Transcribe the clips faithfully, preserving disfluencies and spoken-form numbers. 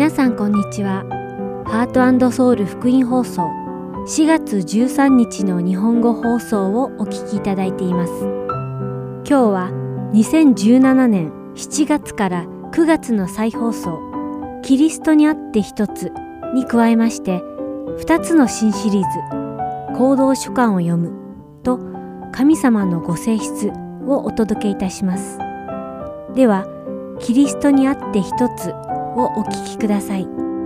皆さんこんにちは。ハート&ソウル福音放送しがつじゅうさんにちの日本語放送をお聞きいただいています。今日はにせんじゅうななねんしちがつからくがつの再放送キリストにあって一つに加えましてふたつの新シリーズ行動書簡を読むと神様のご性質をお届けいたします。ではキリストにあって一つをお聞きください。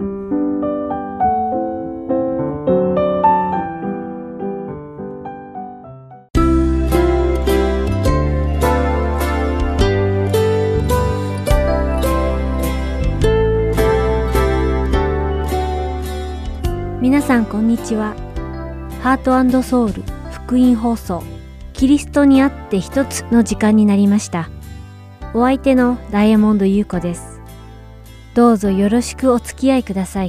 皆さんこんにちは。ハート&ソウル福音放送キリストにあって一つの時間になりました。お相手のダイヤモンド優子です。どうぞよろしくお付き合いください。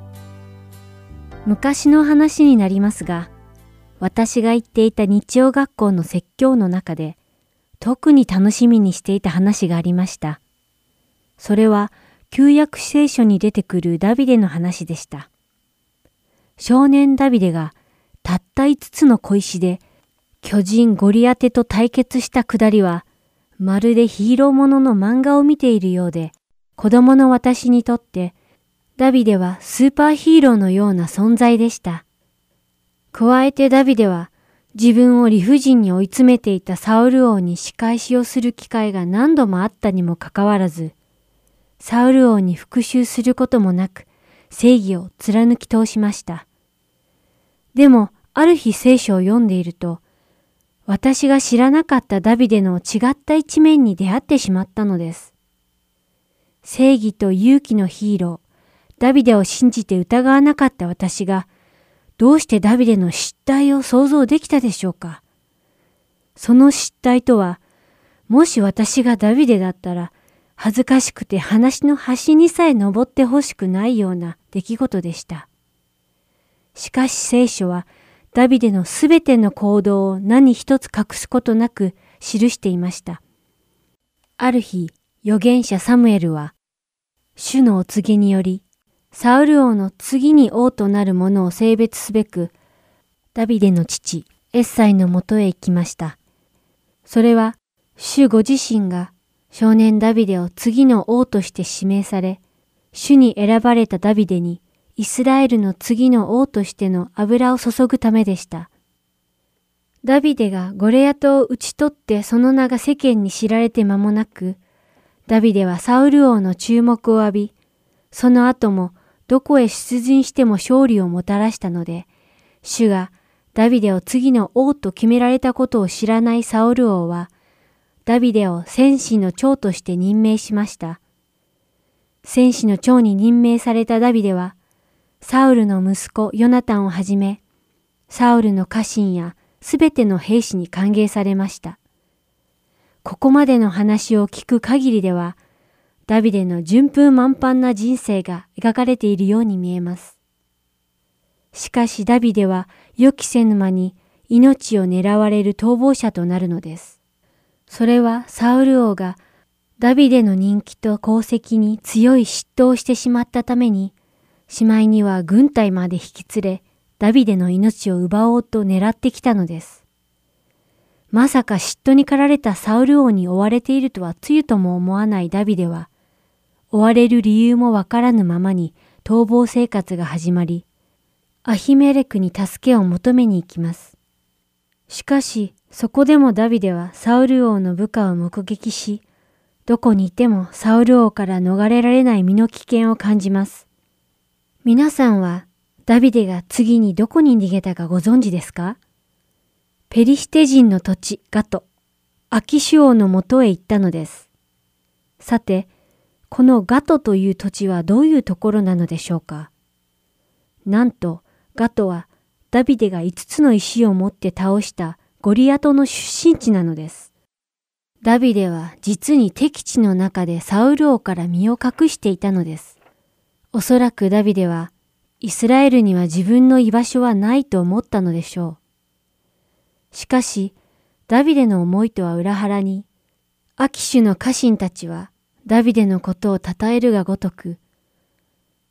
昔の話になりますが、私が行っていた日曜学校の説教の中で特に楽しみにしていた話がありました。それは旧約聖書に出てくるダビデの話でした。少年ダビデがたったいつつの小石で巨人ゴリアテと対決したくだりはまるでヒーローものの漫画を見ているようで、子供の私にとってダビデはスーパーヒーローのような存在でした。加えてダビデは自分を理不尽に追い詰めていたサウル王に仕返しをする機会が何度もあったにもかかわらず、サウル王に復讐することもなく正義を貫き通しました。でもある日聖書を読んでいると、私が知らなかったダビデの違った一面に出会ってしまったのです。正義と勇気のヒーロー、ダビデを信じて疑わなかった私が、どうしてダビデの失態を想像できたでしょうか。その失態とは、もし私がダビデだったら、恥ずかしくて話の端にさえ登ってほしくないような出来事でした。しかし聖書は、ダビデのすべての行動を何一つ隠すことなく記していました。ある日、預言者サムエルは、主のお告げにより、サウル王の次に王となる者を性別すべく、ダビデの父、エッサイのもとへ行きました。それは、主ご自身が少年ダビデを次の王として指名され、主に選ばれたダビデに、イスラエルの次の王としての油を注ぐためでした。ダビデがゴレアトを討ち取ってその名が世間に知られて間もなく、ダビデはサウル王の注目を浴び、その後もどこへ出陣しても勝利をもたらしたので、主がダビデを次の王と決められたことを知らないサウル王は、ダビデを戦士の長として任命しました。戦士の長に任命されたダビデは、サウルの息子ヨナタンをはじめ、サウルの家臣やすべての兵士に歓迎されました。ここまでの話を聞く限りでは、ダビデの順風満帆な人生が描かれているように見えます。しかしダビデは予期せぬ間に命を狙われる逃亡者となるのです。それはサウル王がダビデの人気と功績に強い嫉妬をしてしまったために、しまいには軍隊まで引き連れ、ダビデの命を奪おうと狙ってきたのです。まさか嫉妬に駆られたサウル王に追われているとはつゆとも思わないダビデは、追われる理由もわからぬままに逃亡生活が始まり、アヒメレクに助けを求めに行きます。しかし、そこでもダビデはサウル王の部下を目撃し、どこにいてもサウル王から逃れられない身の危険を感じます。皆さんはダビデが次にどこに逃げたかご存知ですか？ペリシテ人の土地ガト、アキシュ王のもとへ行ったのです。さて、このガトという土地はどういうところなのでしょうか？なんとガトはダビデがいつつの石を持って倒したゴリアトの出身地なのです。ダビデは実に敵地の中でサウル王から身を隠していたのです。おそらくダビデは、イスラエルには自分の居場所はないと思ったのでしょう。しかし、ダビデの思いとは裏腹に、アキシュの家臣たちはダビデのことを称えるがごとく、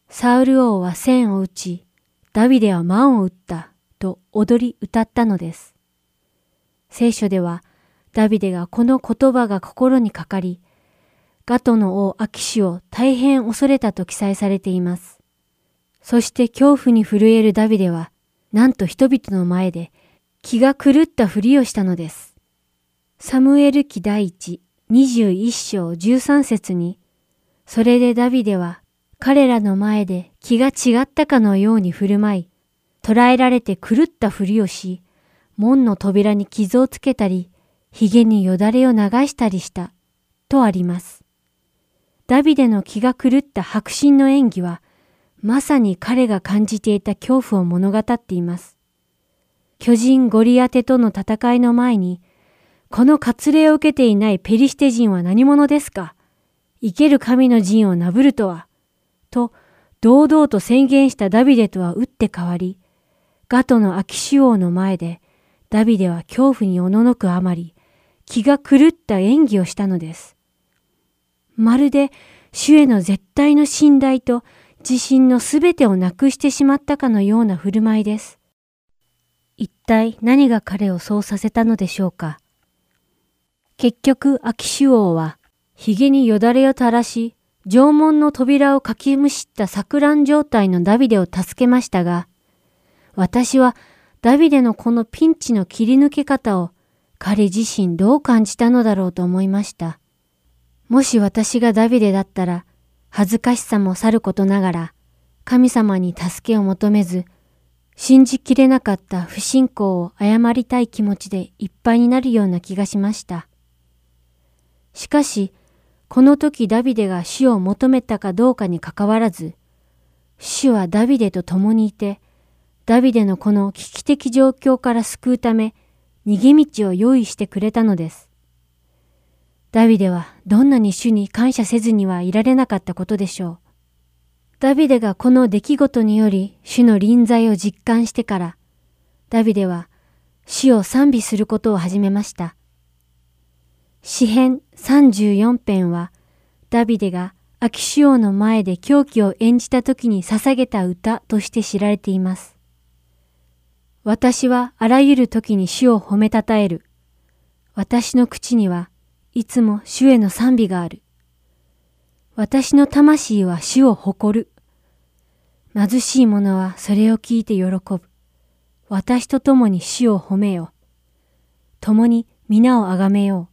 サウル王は千を打ち、ダビデは万を打ったと踊り歌ったのです。聖書ではダビデがこの言葉が心にかかり、ガトの王アキシュを大変恐れたと記載されています。そして恐怖に震えるダビデは、なんと人々の前で気が狂ったふりをしたのです。サムエル記第一、にじゅういっ章じゅうさん節に、それでダビデは彼らの前で気が違ったかのように振る舞い、捕らえられて狂ったふりをし、門の扉に傷をつけたり、髭によだれを流したりした、とあります。ダビデの気が狂った迫真の演技は、まさに彼が感じていた恐怖を物語っています。巨人ゴリアテとの戦いの前に、この割礼を受けていないペリシテ人は何者ですか？生ける神の陣をなぶるとは、と堂々と宣言したダビデとは打って変わり、ガトのアキシュ王の前で、ダビデは恐怖におののくあまり、気が狂った演技をしたのです。まるで主への絶対の信頼と自信のすべてをなくしてしまったかのような振る舞いです。一体何が彼をそうさせたのでしょうか。結局アキシュ王は、髭によだれを垂らし、城門の扉をかきむしった錯乱状態のダビデを助けましたが、私はダビデのこのピンチの切り抜け方を彼自身どう感じたのだろうと思いました。もし私がダビデだったら、恥ずかしさもさることながら、神様に助けを求めず、信じきれなかった不信仰を謝りたい気持ちでいっぱいになるような気がしました。しかし、この時ダビデが主を求めたかどうかにかかわらず、主はダビデと共にいて、ダビデのこの危機的状況から救うため、逃げ道を用意してくれたのです。ダビデはどんなに主に感謝せずにはいられなかったことでしょう。ダビデがこの出来事により主の臨在を実感してから、ダビデは主を賛美することを始めました。詩編さんじゅうよん編は、ダビデがアキシュ王の前で狂気を演じた時に捧げた歌として知られています。私はあらゆる時に主を褒めたたえる。私の口にはいつも主への賛美がある。私の魂は主を誇る。貧しい者はそれを聞いて喜ぶ。私と共に主を褒めよ。共に皆をあがめよう。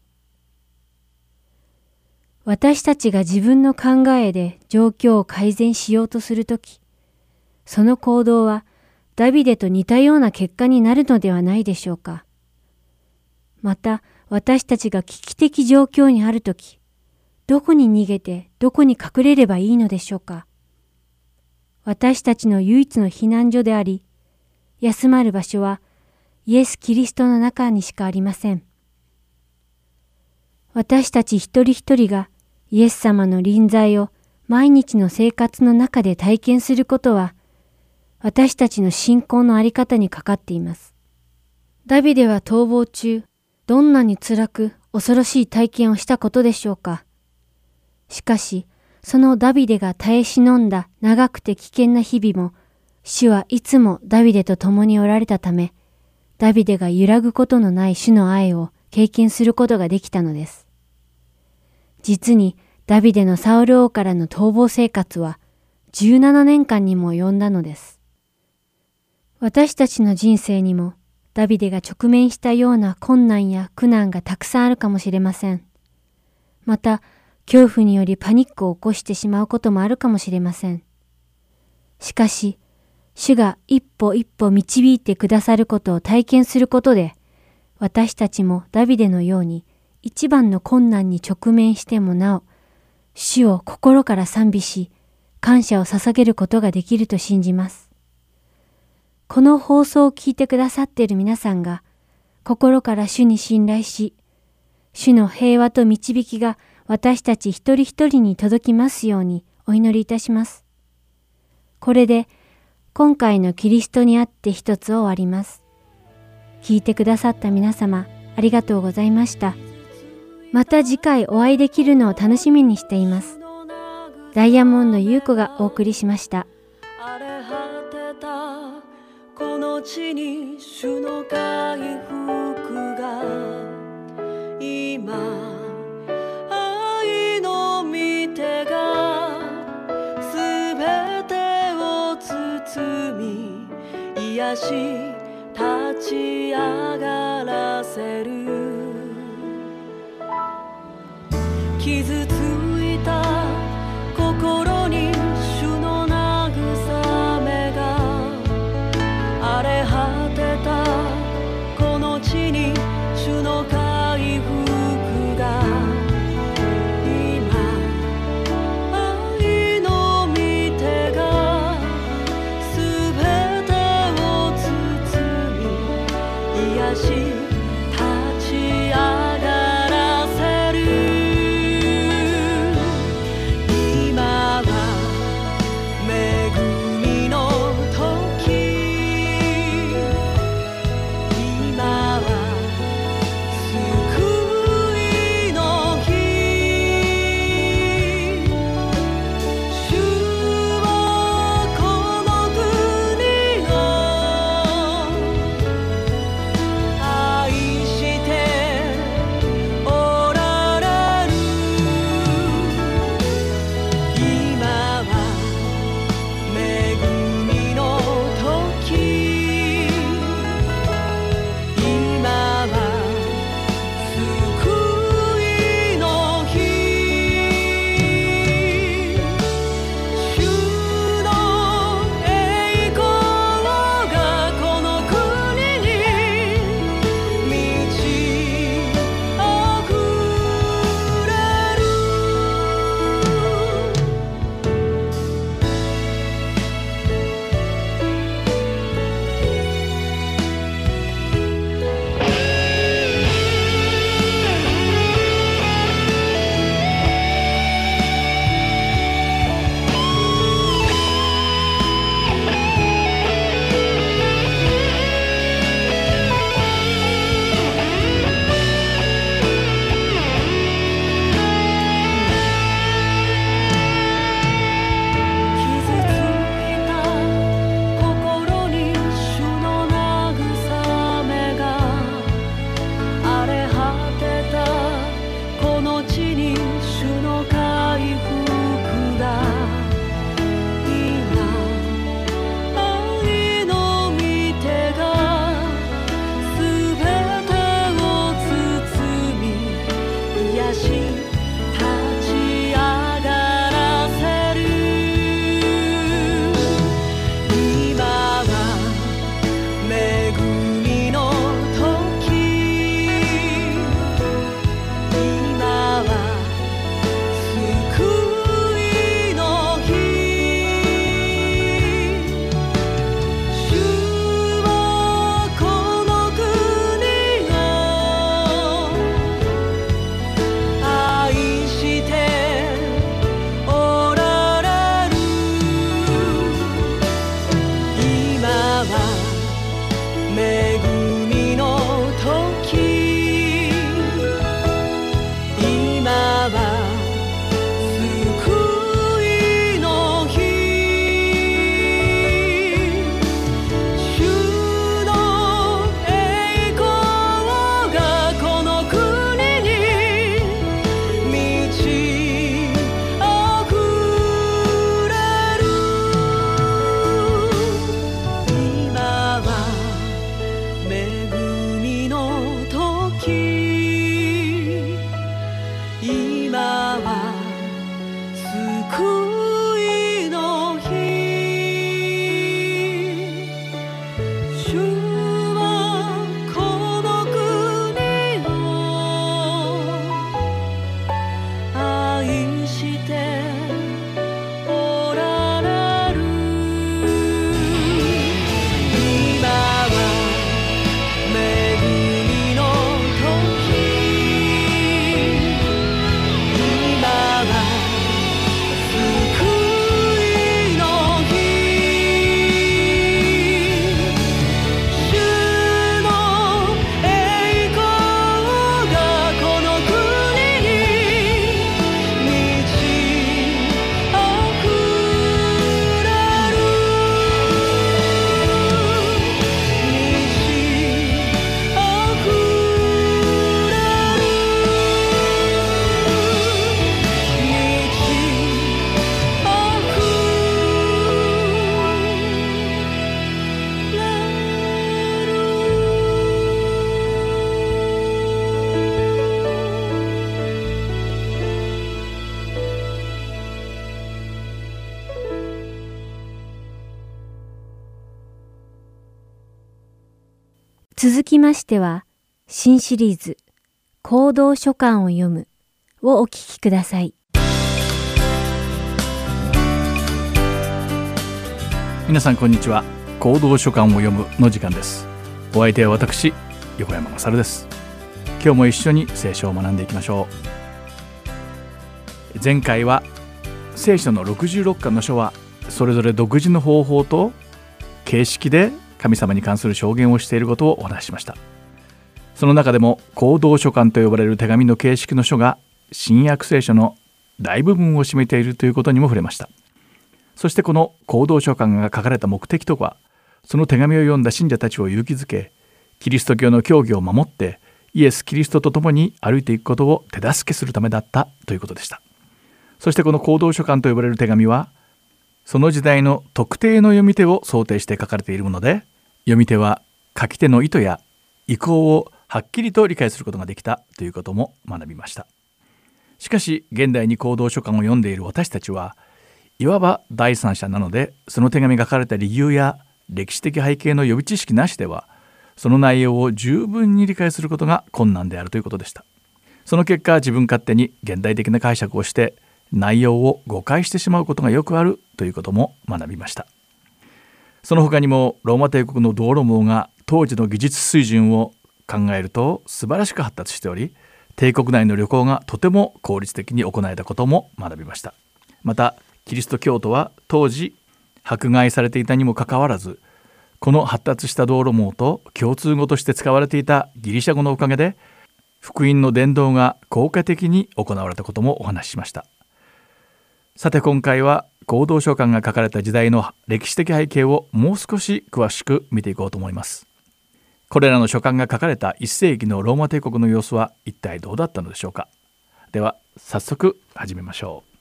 私たちが自分の考えで状況を改善しようとするとき、その行動はダビデと似たような結果になるのではないでしょうか。また、私たちが危機的状況にあるとき、どこに逃げてどこに隠れればいいのでしょうか。私たちの唯一の避難所であり、休まる場所はイエス・キリストの中にしかありません。私たち一人一人がイエス様の臨在を毎日の生活の中で体験することは、私たちの信仰のあり方にかかっています。ダビデは逃亡中、どんなに辛く恐ろしい体験をしたことでしょうか。しかし、そのダビデが耐え忍んだ長くて危険な日々も、主はいつもダビデと共におられたため、ダビデが揺らぐことのない主の愛を経験することができたのです。実にダビデのサウル王からの逃亡生活はじゅうななねんかんにも及んだのです。私たちの人生にもダビデが直面したような困難や苦難がたくさんあるかもしれません。また、恐怖によりパニックを起こしてしまうこともあるかもしれません。しかし、主が一歩一歩導いてくださることを体験することで、私たちもダビデのように一番の困難に直面してもなお、主を心から賛美し、感謝を捧げることができると信じます。この放送を聞いてくださっている皆さんが、心から主に信頼し、主の平和と導きが私たち一人一人に届きますようにお祈りいたします。これで、今回のキリストにあって一つを終わります。聞いてくださった皆様、ありがとうございました。また次回お会いできるのを楽しみにしています。 ダイヤモンド優子がお送りしました。 荒れ果てたこの地に主の回復が今愛の御手がすべてを包み癒し立ち上がらせる。傷ついた心に主の慰めが荒れ果てたこの地に主の回復が今愛の御手がすべてを包み癒し立ち上がらせる。 今は続きましては、新シリーズ、行動書簡を読むをお聞きください。 皆さんこんにちは。行動書簡を読むの時間です。お相手は私、横山勝です。今日も一緒に聖書を学んでいきましょう。前回は聖書のろくじゅうろっかんの書はそれぞれ独自の方法と形式で神様に関する証言をしていることをお話ししました。その中でも行動書簡と呼ばれる手紙の形式の書が新約聖書の大部分を占めているということにも触れました。そしてこの行動書簡が書かれた目的とは、その手紙を読んだ信者たちを勇気づけ、キリスト教の教義を守ってイエス・キリストと共に歩いていくことを手助けするためだったということでした。そしてこの行動書簡と呼ばれる手紙は、その時代の特定の読み手を想定して書かれているもので、読み手は書き手の意図や意向をはっきりと理解することができたということも学びました。しかし現代に行動書簡を読んでいる私たちはいわば第三者なので、その手紙が書かれた理由や歴史的背景の予備知識なしではその内容を十分に理解することが困難であるということでした。その結果、自分勝手に現代的な解釈をして内容を誤解してしまうことがよくあるということも学びました。その他にもローマ帝国の道路網が当時の技術水準を考えると素晴らしく発達しており、帝国内の旅行がとても効率的に行えたことも学びました。またキリスト教徒は当時迫害されていたにもかかわらず、この発達した道路網と共通語として使われていたギリシャ語のおかげで福音の伝道が効果的に行われたこともお話ししました。さて今回は行動書簡が書かれた時代の歴史的背景をもう少し詳しく見ていこうと思います。これらの書簡が書かれたいっせいきのローマ帝国の様子は一体どうだったのでしょうか。では早速始めましょう。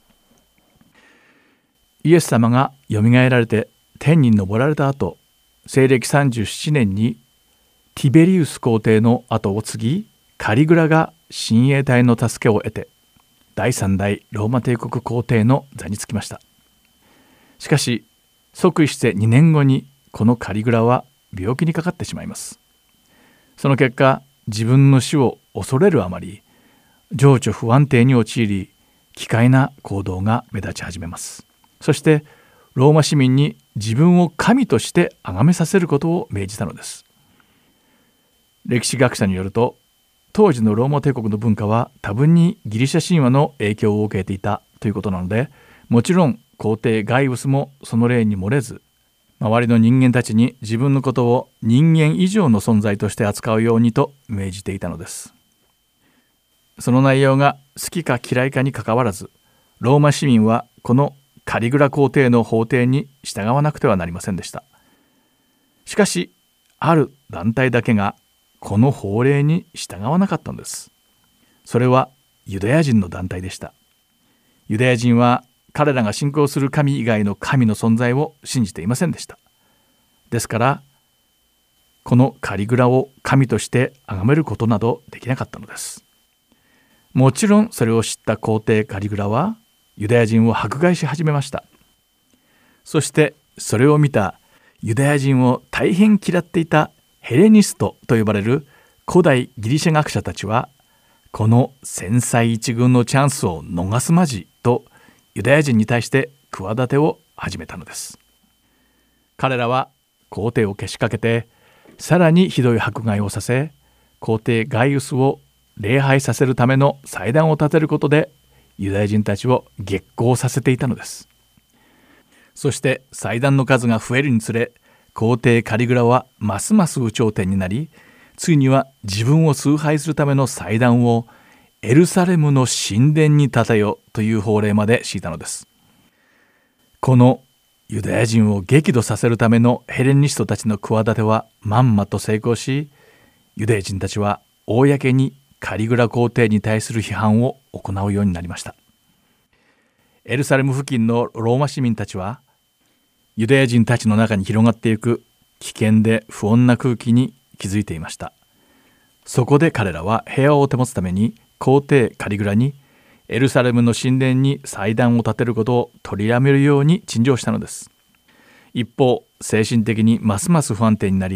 イエス様がよみがえられて天に昇られた後、西暦さんじゅうななねんにティベリウス皇帝の後を継ぎ、カリグラが親衛隊の助けを得てだいさん代ローマ帝国皇帝の座につきました。しかし即位してにねんごにこのカリグラは病気にかかってしまいます。その結果、自分の死を恐れるあまり情緒不安定に陥り、奇怪な行動が目立ち始めます。そしてローマ市民に自分を神として崇めさせることを命じたのです。歴史学者によると、当時のローマ帝国の文化は多分にギリシャ神話の影響を受けていたということなので、もちろん皇帝ガイウスもその例に漏れず、周りの人間たちに自分のことを人間以上の存在として扱うようにと命じていたのです。その内容が好きか嫌いかにかかわらず、ローマ市民はこのカリグラ皇帝の法廷に従わなくてはなりませんでした。しかしある団体だけがこの法令に従わなかったのです。それはユダヤ人の団体でした。ユダヤ人は彼らが信仰する神以外の神の存在を信じていませんでした。ですからこのカリグラを神として崇めることなどできなかったのです。もちろんそれを知った皇帝カリグラはユダヤ人を迫害し始めました。そしてそれを見たユダヤ人を大変嫌っていたヘレニストと呼ばれる古代ギリシャ学者たちは、この千載一遇のチャンスを逃すまじとユダヤ人に対して企てを始めたのです。彼らは皇帝をけしかけて、さらにひどい迫害をさせ、皇帝ガイウスを礼拝させるための祭壇を建てることでユダヤ人たちを激高させていたのです。そして祭壇の数が増えるにつれ、皇帝カリグラはますます有頂天になり、ついには自分を崇拝するための祭壇をエルサレムの神殿に建てよという法令まで敷いたのです。このユダヤ人を激怒させるためのヘレニストたちの企てはまんまと成功し、ユダヤ人たちは公にカリグラ皇帝に対する批判を行うようになりました。エルサレム付近のローマ市民たちはユダヤ人たちの中に広がっていく危険で不穏な空気に気づいていました。そこで彼らは平和を保つために皇帝カリグラにエルサレムの神殿に祭壇を建てることを取りやめるように陳情したのです。一方、精神的にますます不安定になり、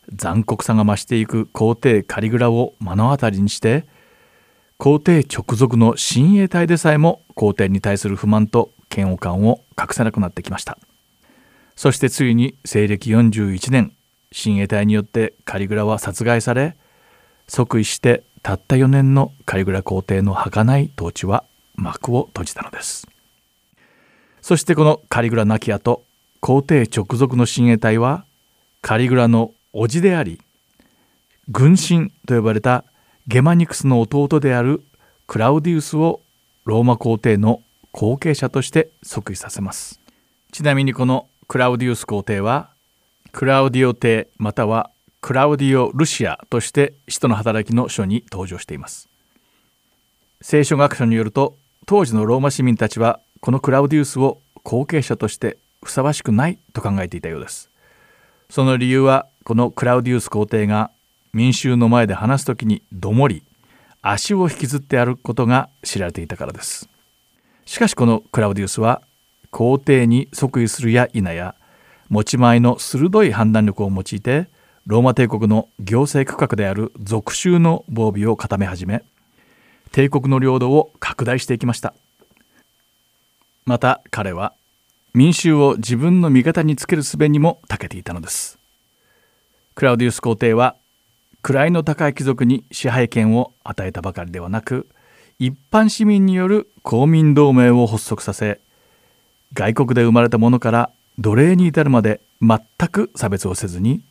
残酷さが増していく皇帝カリグラを目の当たりにして、皇帝直属の親衛隊でさえも皇帝に対する不満と嫌悪感を隠せなくなってきました。そしてついに西暦よんじゅういちねん、親衛隊によってカリグラは殺害され、即位してたったよねんのカリグラ皇帝の儚い統治は幕を閉じたのです。そしてこのカリグラ亡き後、皇帝直属の親衛隊はカリグラの叔父であり、軍神と呼ばれたゲマニクスの弟であるクラウディウスをローマ皇帝の後継者として即位させます。ちなみにこのクラウディウス皇帝はクラウディオ帝またはクラウディオ・ルシアとして使徒の働きの書に登場しています。聖書学書によると、当時のローマ市民たちはこのクラウディウスを後継者としてふさわしくないと考えていたようです。その理由は、このクラウディウス皇帝が民衆の前で話すときにどもり、足を引きずって歩くことが知られていたからです。しかしこのクラウディウスは皇帝に即位するや否や、持ち前の鋭い判断力を用いてローマ帝国の行政区画である属州の防備を固め始め、帝国の領土を拡大していきました。また彼は民衆を自分の味方につける術にも長けていたのです。クラウディウス皇帝は位の高い貴族に支配権を与えたばかりではなく、一般市民による公民同盟を発足させ、外国で生まれた者から奴隷に至るまで全く差別をせずに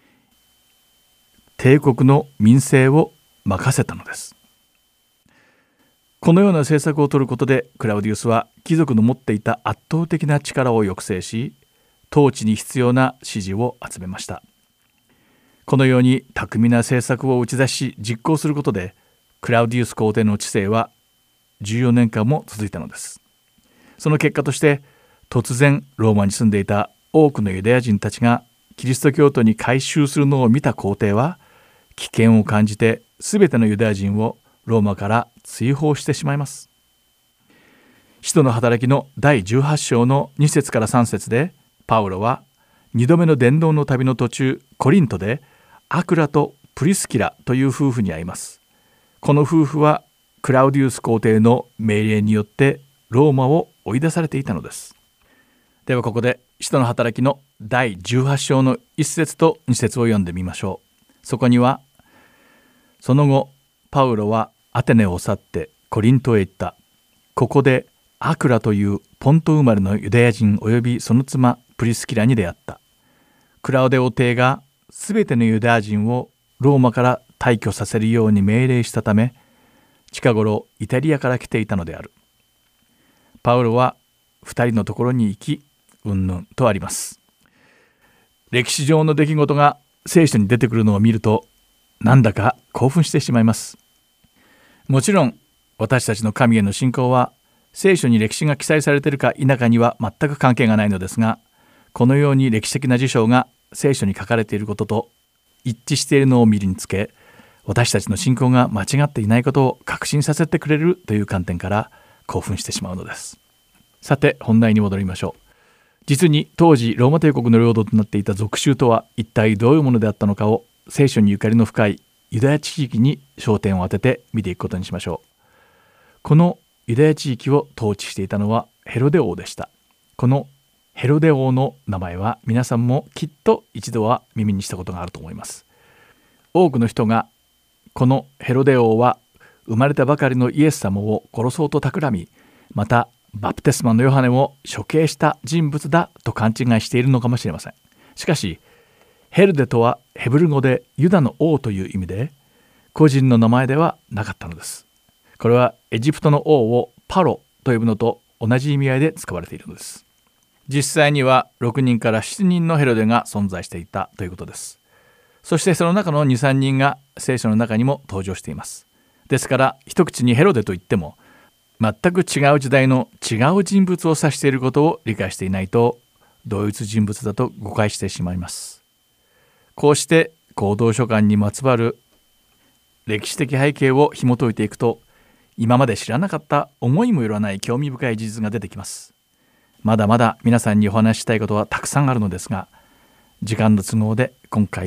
帝国の民政を任せたのです。このような政策を取ることで、クラウディウスは貴族の持っていた圧倒的な力を抑制し、統治に必要な支持を集めました。このように巧みな政策を打ち出し実行することで、クラウディウス皇帝の治世はじゅうよねんかんも続いたのです。その結果として、突然ローマに住んでいた多くのユダヤ人たちがキリスト教徒に改宗するのを見た皇帝は、危険を感じてすべてのユダヤ人をローマから追放してしまいます。使徒の働きのだいじゅうはち章のに節からさん節で、パウロはにどめの伝道の旅の途中、コリントでアクラとプリスキラという夫婦に会います。この夫婦はクラウディウス皇帝の命令によってローマを追い出されていたのです。ではここで使徒の働きのだいじゅうはち章のいち節とに節を読んでみましょう。そこには、その後パウロはアテネを去ってコリントへ行った。ここでアクラというポント生まれのユダヤ人およびその妻プリスキラに出会った。クラウデオ帝がすべてのユダヤ人をローマから退去させるように命令したため、近頃イタリアから来ていたのである。パウロは二人のところに行き、うんぬんとあります。歴史上の出来事が聖書に出てくるのを見ると、なんだか興奮してしまいます。もちろん私たちの神への信仰は聖書に歴史が記載されているか否かには全く関係がないのですが、このように歴史的な事象が聖書に書かれていることと一致しているのを見るにつけ、私たちの信仰が間違っていないことを確信させてくれるという観点から興奮してしまうのです。さて本題に戻りましょう。実に当時ローマ帝国の領土となっていた属州とは一体どういうものであったのかを、聖書にゆかりの深いユダヤ地域に焦点を当てて見ていくことにしましょう。このユダヤ地域を統治していたのはヘロデ王でした。このヘロデ王の名前は皆さんもきっと一度は耳にしたことがあると思います。多くの人がこのヘロデ王は生まれたばかりのイエス様を殺そうと企み、またバプテスマのヨハネを処刑した人物だと勘違いしているのかもしれません。しかしヘルデとはヘブル語でユダの王という意味で、個人の名前ではなかったのです。これはエジプトの王をパロと呼ぶのと同じ意味合いで使われているのです。実際にはろくにんからななにんのヘロデが存在していたということです。そしてその中のに、さんにんが聖書の中にも登場しています。ですから一口にヘロデといっても全く違う時代の違う人物を指していることを理解していないと、同一人物だと誤解してしまいます。こうして行動書簡にまつわる歴史的背景を紐解いていくと、今まで知らなかった思いもよらない興味深い事実が出てきます。まだまだ皆さんにお話ししたいことはたくさんあるのですが、時間の都合で今回は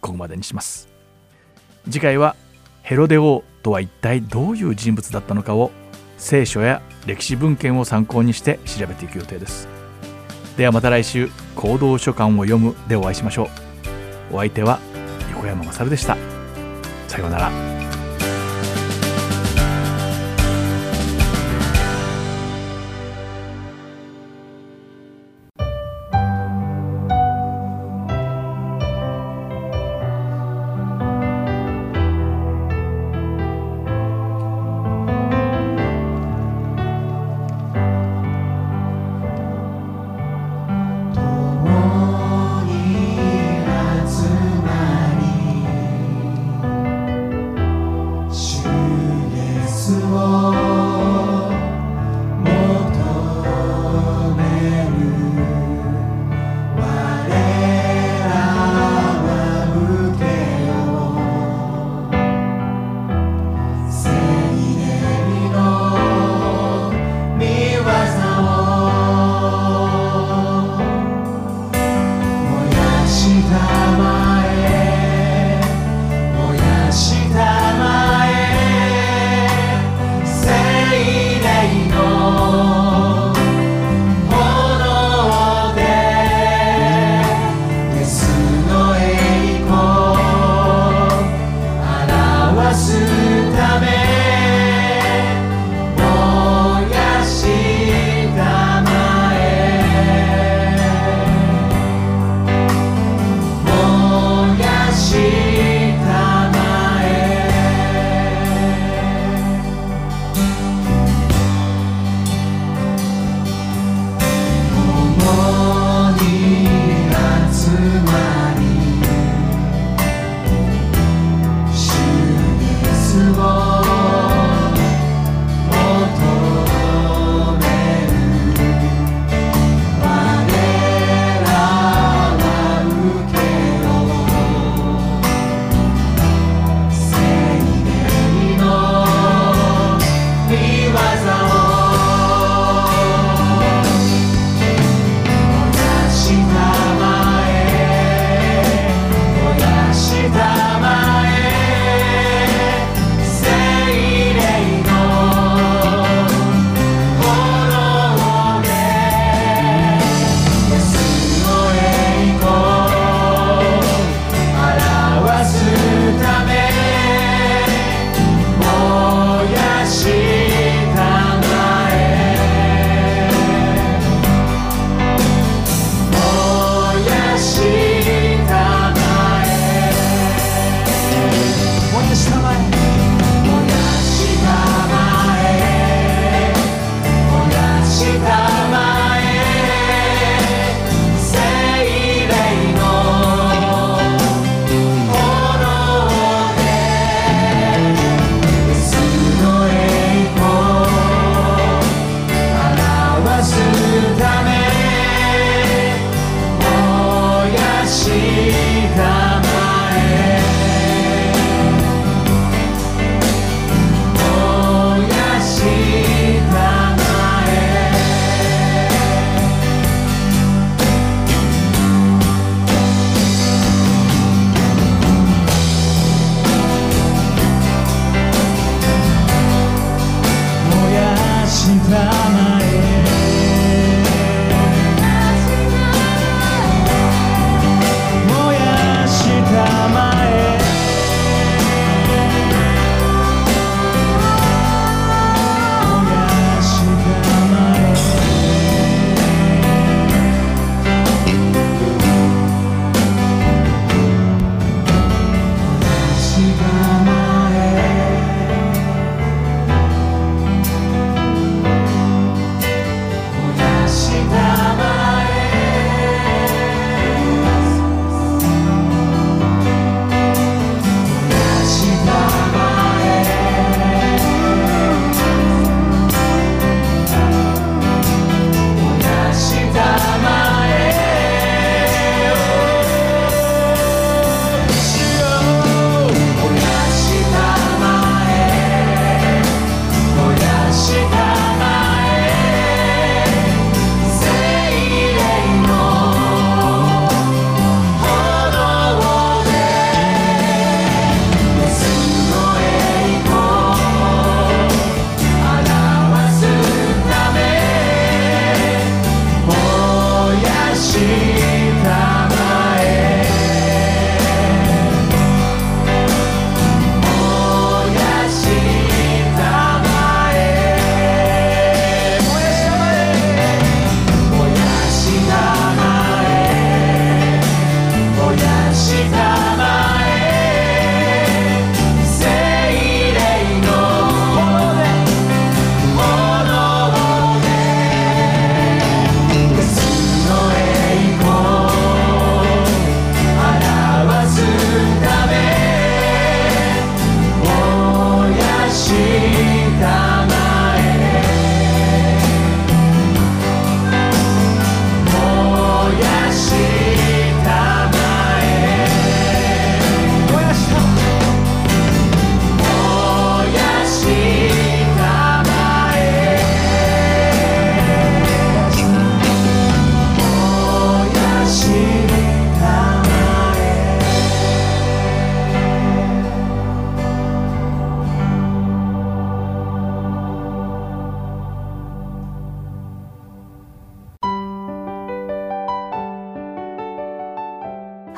ここまでにします。次回はヘロデ王とは一体どういう人物だったのかを聖書や歴史文献を参考にして調べていく予定です。ではまた来週、行動書簡を読むでお会いしましょう。お相手は横山まさるでした。さようなら。 「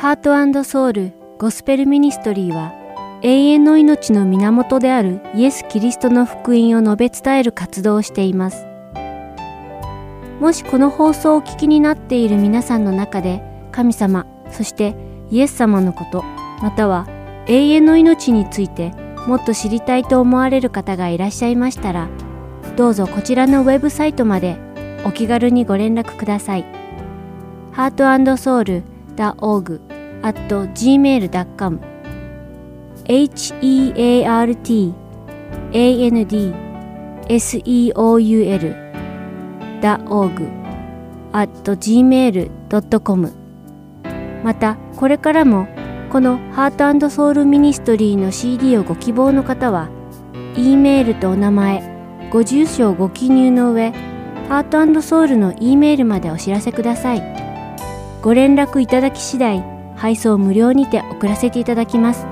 ハート&ソウルゴスペルミニストリーは永遠の命の源であるイエス・キリストの福音を述べ伝える活動をしています。もしこの放送をお聞きになっている皆さんの中で神様、そしてイエス様のこと、または永遠の命についてもっと知りたいと思われる方がいらっしゃいましたら、どうぞこちらのウェブサイトまでお気軽にご連絡ください。ハートアンドソウルドットオーグ アット ジーメール ドットコム エイチ イー エー アール ティー エー エヌ ディー エス イー オー ユー エル ドットオーグ アット ジーメール ドットコム。 またこれからもこのハート&ソウルミニストリーの シーディー をご希望の方は E メールとお名前、ご住所をご記入の上、ハート&ソウルの E メールまでお知らせください。ご連絡いただき次第、配送無料にて送らせていただきます。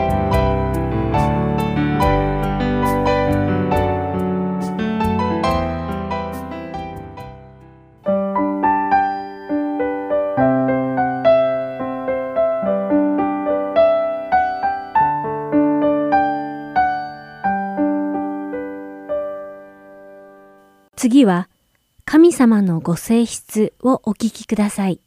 次は神様のご性質をお聞きください。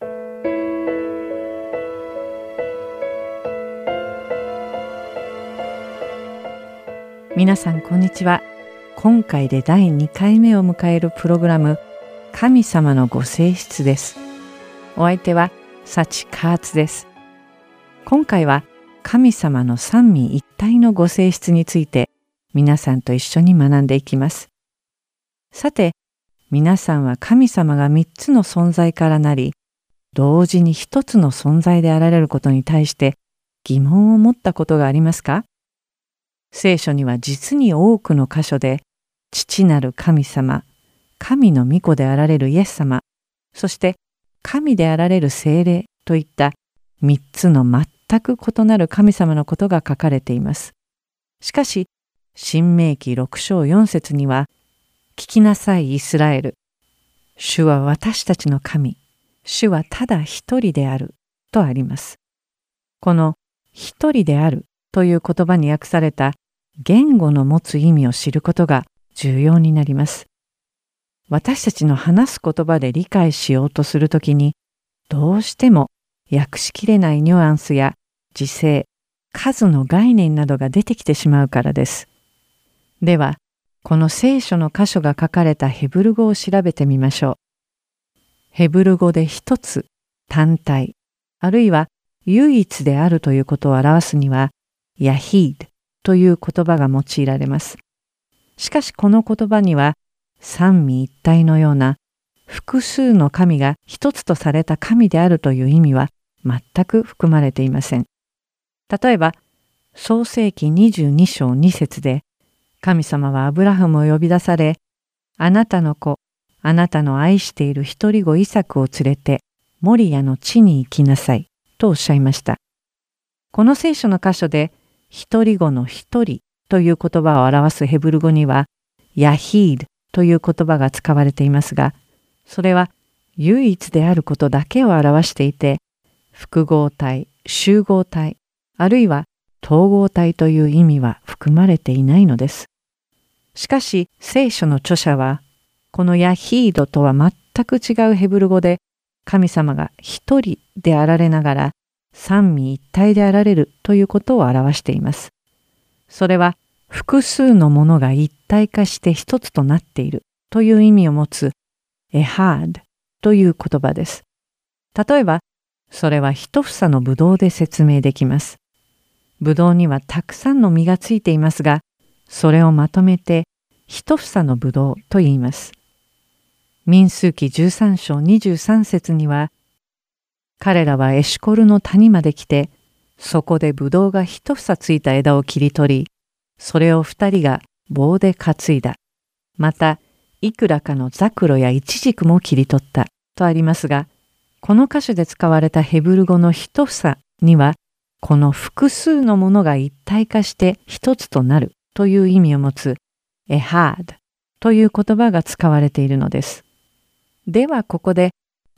皆さんこんにちは。今回でだいにかいめを迎えるプログラム、神様のご性質です。お相手はサチカーツです。今回は神様の三位一体のご性質について皆さんと一緒に学んでいきます。さて、皆さんは神様が三つの存在からなり、同時に一つの存在であられることに対して疑問を持ったことがありますか？聖書には実に多くの箇所で、父なる神様、神の御子であられるイエス様、そして神であられる聖霊といった三つの全く異なる神様のことが書かれています。しかし、申命記ろく章よん節には、聞きなさいイスラエル。主は私たちの神。主はただ一人である。とあります。この一人であるという言葉に訳された言語の持つ意味を知ることが重要になります。私たちの話す言葉で理解しようとするときに、どうしても訳しきれないニュアンスや時制、数の概念などが出てきてしまうからです。では、この聖書の箇所が書かれたヘブル語を調べてみましょう。ヘブル語で一つ、単体、あるいは唯一であるということを表すには、ヤヒードという言葉が用いられます。しかしこの言葉には、三位一体のような複数の神が一つとされた神であるという意味は全く含まれていません。例えば、創世記にじゅうに章に節で、神様はアブラハムを呼び出され、あなたの子、あなたの愛している一人子イサクを連れて、モリアの地に行きなさい、とおっしゃいました。この聖書の箇所で、一人子の一人という言葉を表すヘブル語には、ヤヒードという言葉が使われていますが、それは唯一であることだけを表していて、複合体、集合体、あるいは統合体という意味は含まれていないのです。しかし聖書の著者は、このヤヒードとは全く違うヘブル語で、神様が一人であられながら三位一体であられるということを表しています。それは複数のものが一体化して一つとなっているという意味を持つエハードという言葉です。例えば、それは一房のブドウで説明できます。ブドウにはたくさんの実がついていますが、それをまとめて一房のブドウと言います。民数記じゅうさん章にじゅうさん節には、彼らはエシコルの谷まで来て、そこでブドウが一房ついた枝を切り取り、それを二人が棒で担いだ。また、いくらかのザクロやイチジクも切り取ったとありますが、この箇所で使われたヘブル語の一房には、この複数のものが一体化して一つとなるという意味を持つエハードという言葉が使われているのです。ではここで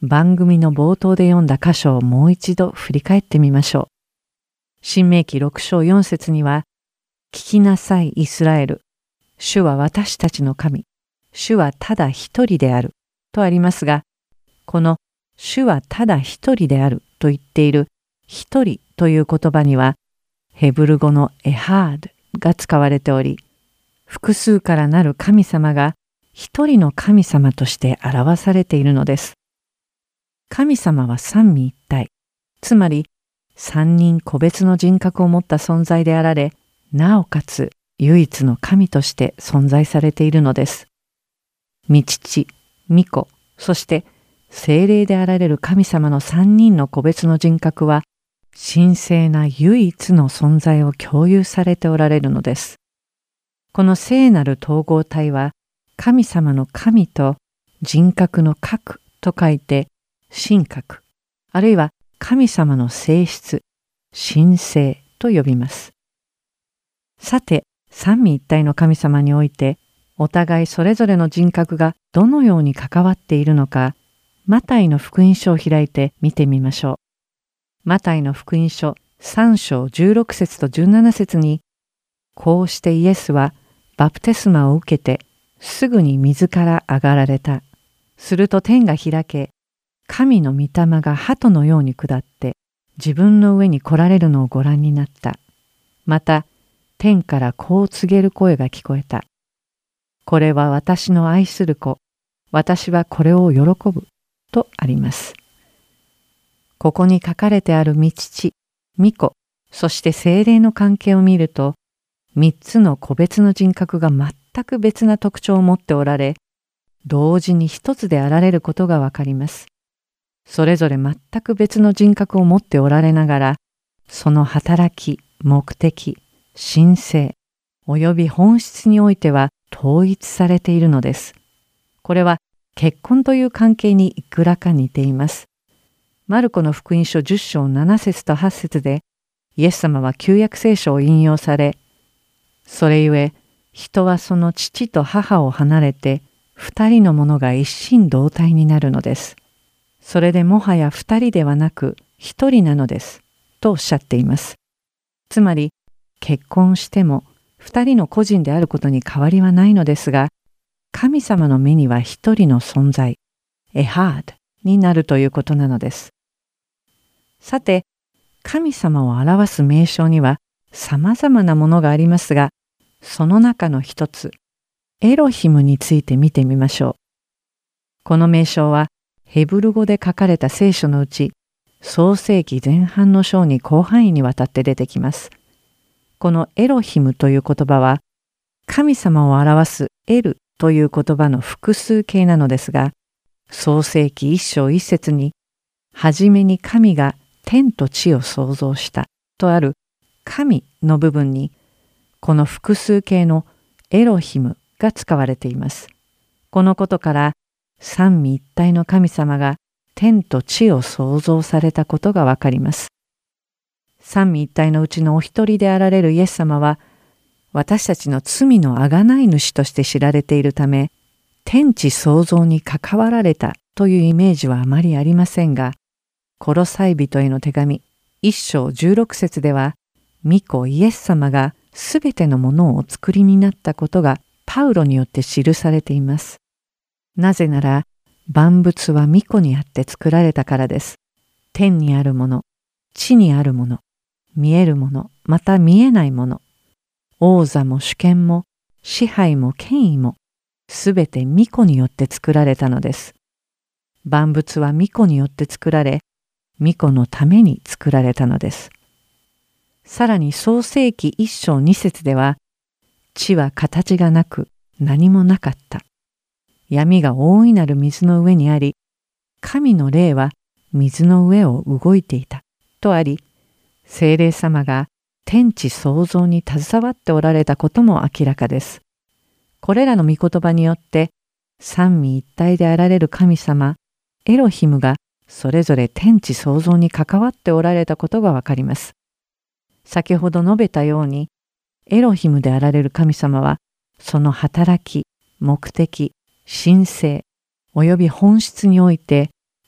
番組の冒頭で読んだ箇所をもう一度振り返ってみましょう。申命記ろく章よん節には、聞きなさいイスラエル。主は私たちの神。主はただ一人である。とありますが、この主はただ一人であると言っている一人という言葉には、ヘブル語のエハードが使われており、複数からなる神様が一人の神様として表されているのです。神様は三位一体、つまり三人個別の人格を持った存在であられ、なおかつ唯一の神として存在されているのです。御父、御子、そして聖霊であられる神様の三人の個別の人格は、神聖な唯一の存在を共有されておられるのです。この聖なる統合体は、神様の神と人格の格と書いて神格、あるいは神様の性質、神性と呼びます。さて、三位一体の神様において、お互いそれぞれの人格がどのように関わっているのか、マタイの福音書を開いて見てみましょう。マタイの福音書さん章じゅうろく節とじゅうなな節に、こうしてイエスはバプテスマを受けて、すぐに水から上がられた。すると天が開け、神の御霊が鳩のように下って、自分の上に来られるのをご覧になった。また、天からこう告げる声が聞こえた。これは私の愛する子、私はこれを喜ぶ、とあります。ここに書かれてある御父、御子、そして聖霊の関係を見ると、三つの個別の人格が全く別な特徴を持っておられ、同時に一つであられることがわかります。それぞれ全く別の人格を持っておられながら、その働き、目的、神性、および本質においては統一されているのです。これは結婚という関係にいくらか似ています。マルコの福音書じゅっ章なな節とはち節で、イエス様は旧約聖書を引用され、それゆえ、人はその父と母を離れて、二人のものが一心同体になるのです。それでもはや二人ではなく一人なのです。とおっしゃっています。つまり、結婚しても二人の個人であることに変わりはないのですが、神様の目には一人の存在、エハードになるということなのです。さて、神様を表す名称には様々なものがありますが、その中の一つ、エロヒムについて見てみましょう。この名称はヘブル語で書かれた聖書のうち、創世記前半の章に広範囲にわたって出てきます。このエロヒムという言葉は、神様を表すエルという言葉の複数形なのですが、創世記一章一節に、はじめに神が天と地を創造したとある神の部分に、この複数形のエロヒムが使われています。このことから三位一体の神様が天と地を創造されたことがわかります。三位一体のうちのお一人であられるイエス様は、私たちの罪の贖い主として知られているため、天地創造に関わられたというイメージはあまりありませんが、コロサイ人への手紙一章十六節では、御子イエス様がすべてのものをお作りになったことがパウロによって記されています。なぜなら、万物は御子にあって作られたからです。天にあるもの、地にあるもの、見えるもの、また見えないもの、王座も主権も支配も権威も、すべて御子によって作られたのです。万物は御子によって作られ、御子のために作られたのです。さらに創世記一章二節では、地は形がなく何もなかった。闇が大いなる水の上にあり、神の霊は水の上を動いていた。とあり、聖霊様が天地創造に携わっておられたことも明らかです。これらの御言葉によって、三位一体であられる神様、エロヒムがそれぞれ天地創造に関わっておられたことがわかります。先ほど述べたように、エロヒムであられる神様は、その働き、目的、神性、および本質において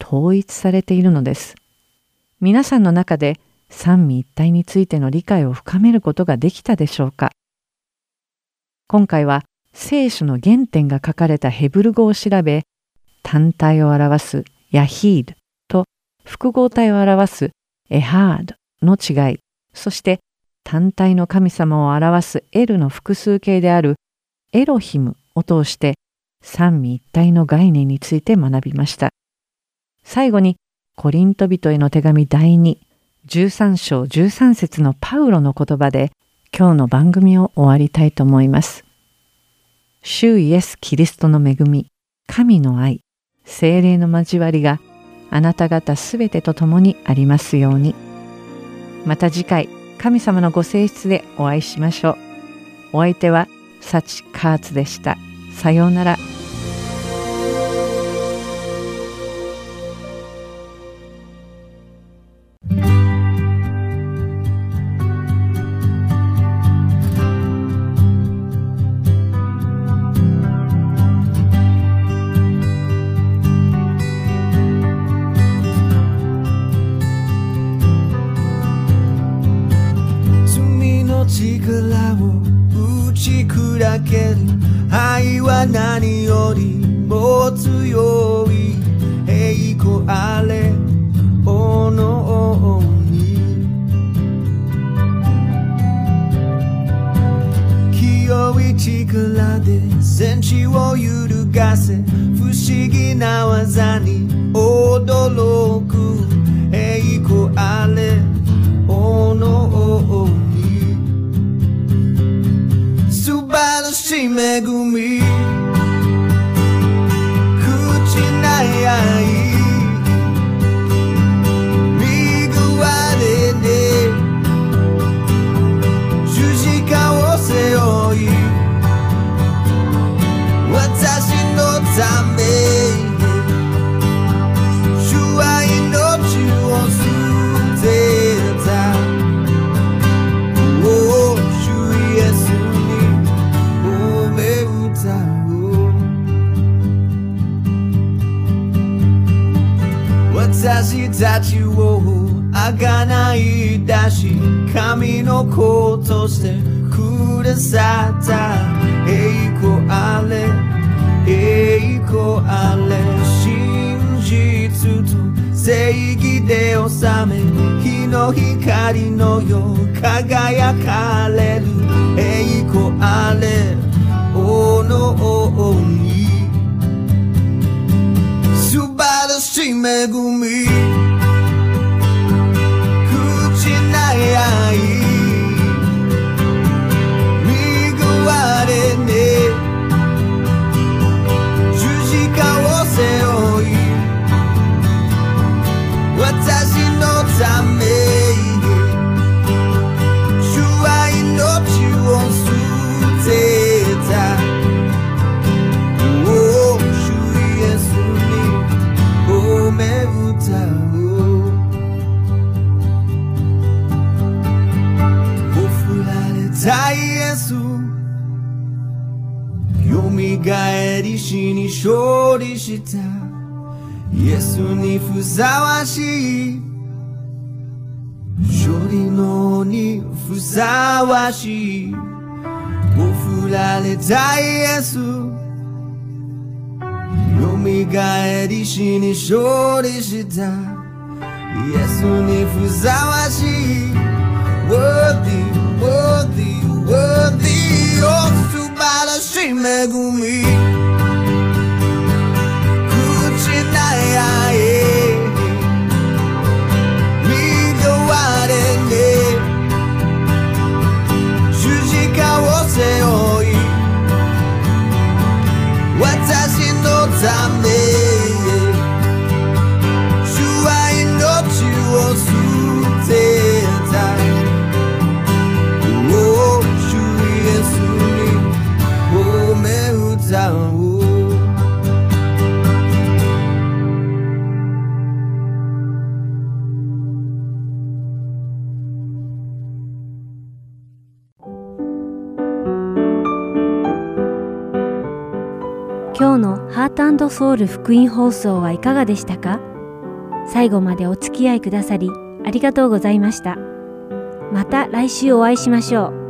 統一されているのです。皆さんの中で三位一体についての理解を深めることができたでしょうか。今回は聖書の原点が書かれたヘブル語を調べ、単体を表すヤヒードと複合体を表すエハードの違い、そして単体の神様を表すエルの複数形であるエロヒムを通して三位一体の概念について学びました。最後にコリント人への手紙だいに、じゅうさん章じゅうさん節のパウロの言葉で今日の番組を終わりたいと思います。主イエス・キリストの恵み、神の愛、聖霊の交わりがあなた方すべてと共にありますように。また次回、神様のご性質でお会いしましょう。お相手はサチ・カーツでした。さようなら。 力を打ち砕ける愛は何よりも強い。栄光あれおのに清い力で戦地を揺るがせ、不思議な技に驚く。栄光あれおのに素晴らしい恵み、口ない愛、身ぐわれで十字架を背負い、私のため主は命を捨てた。お主イエス私たちをあがない出し、神の子としてくださった。栄光あれ栄光あれ、真実と正義で治め、日の光のよう輝かれる。栄光あれおのに素晴らしい恵み、口ない愛、身ぐわれね十字架を背負い、私のため主は命を捨てた。お主イエス褒め歌う。ほふられたイエス、よみがえり死に勝利した。イエスにふさわしい、勝利のにふさわしい。ほふられたイエス、よみがえり死に勝利した。イエスにふさわしい。 Worthy, worthy, worthy よ素晴らしい恵み、口ない愛、身がわれね十字架を背負い、私のため主は命を捨てた。お主イエスに褒め歌おう。 今日のハート&ソウル福音放送はいかがでしたか？ 最後までお付き合いくださりありがとうございました。また来週お会いしましょう。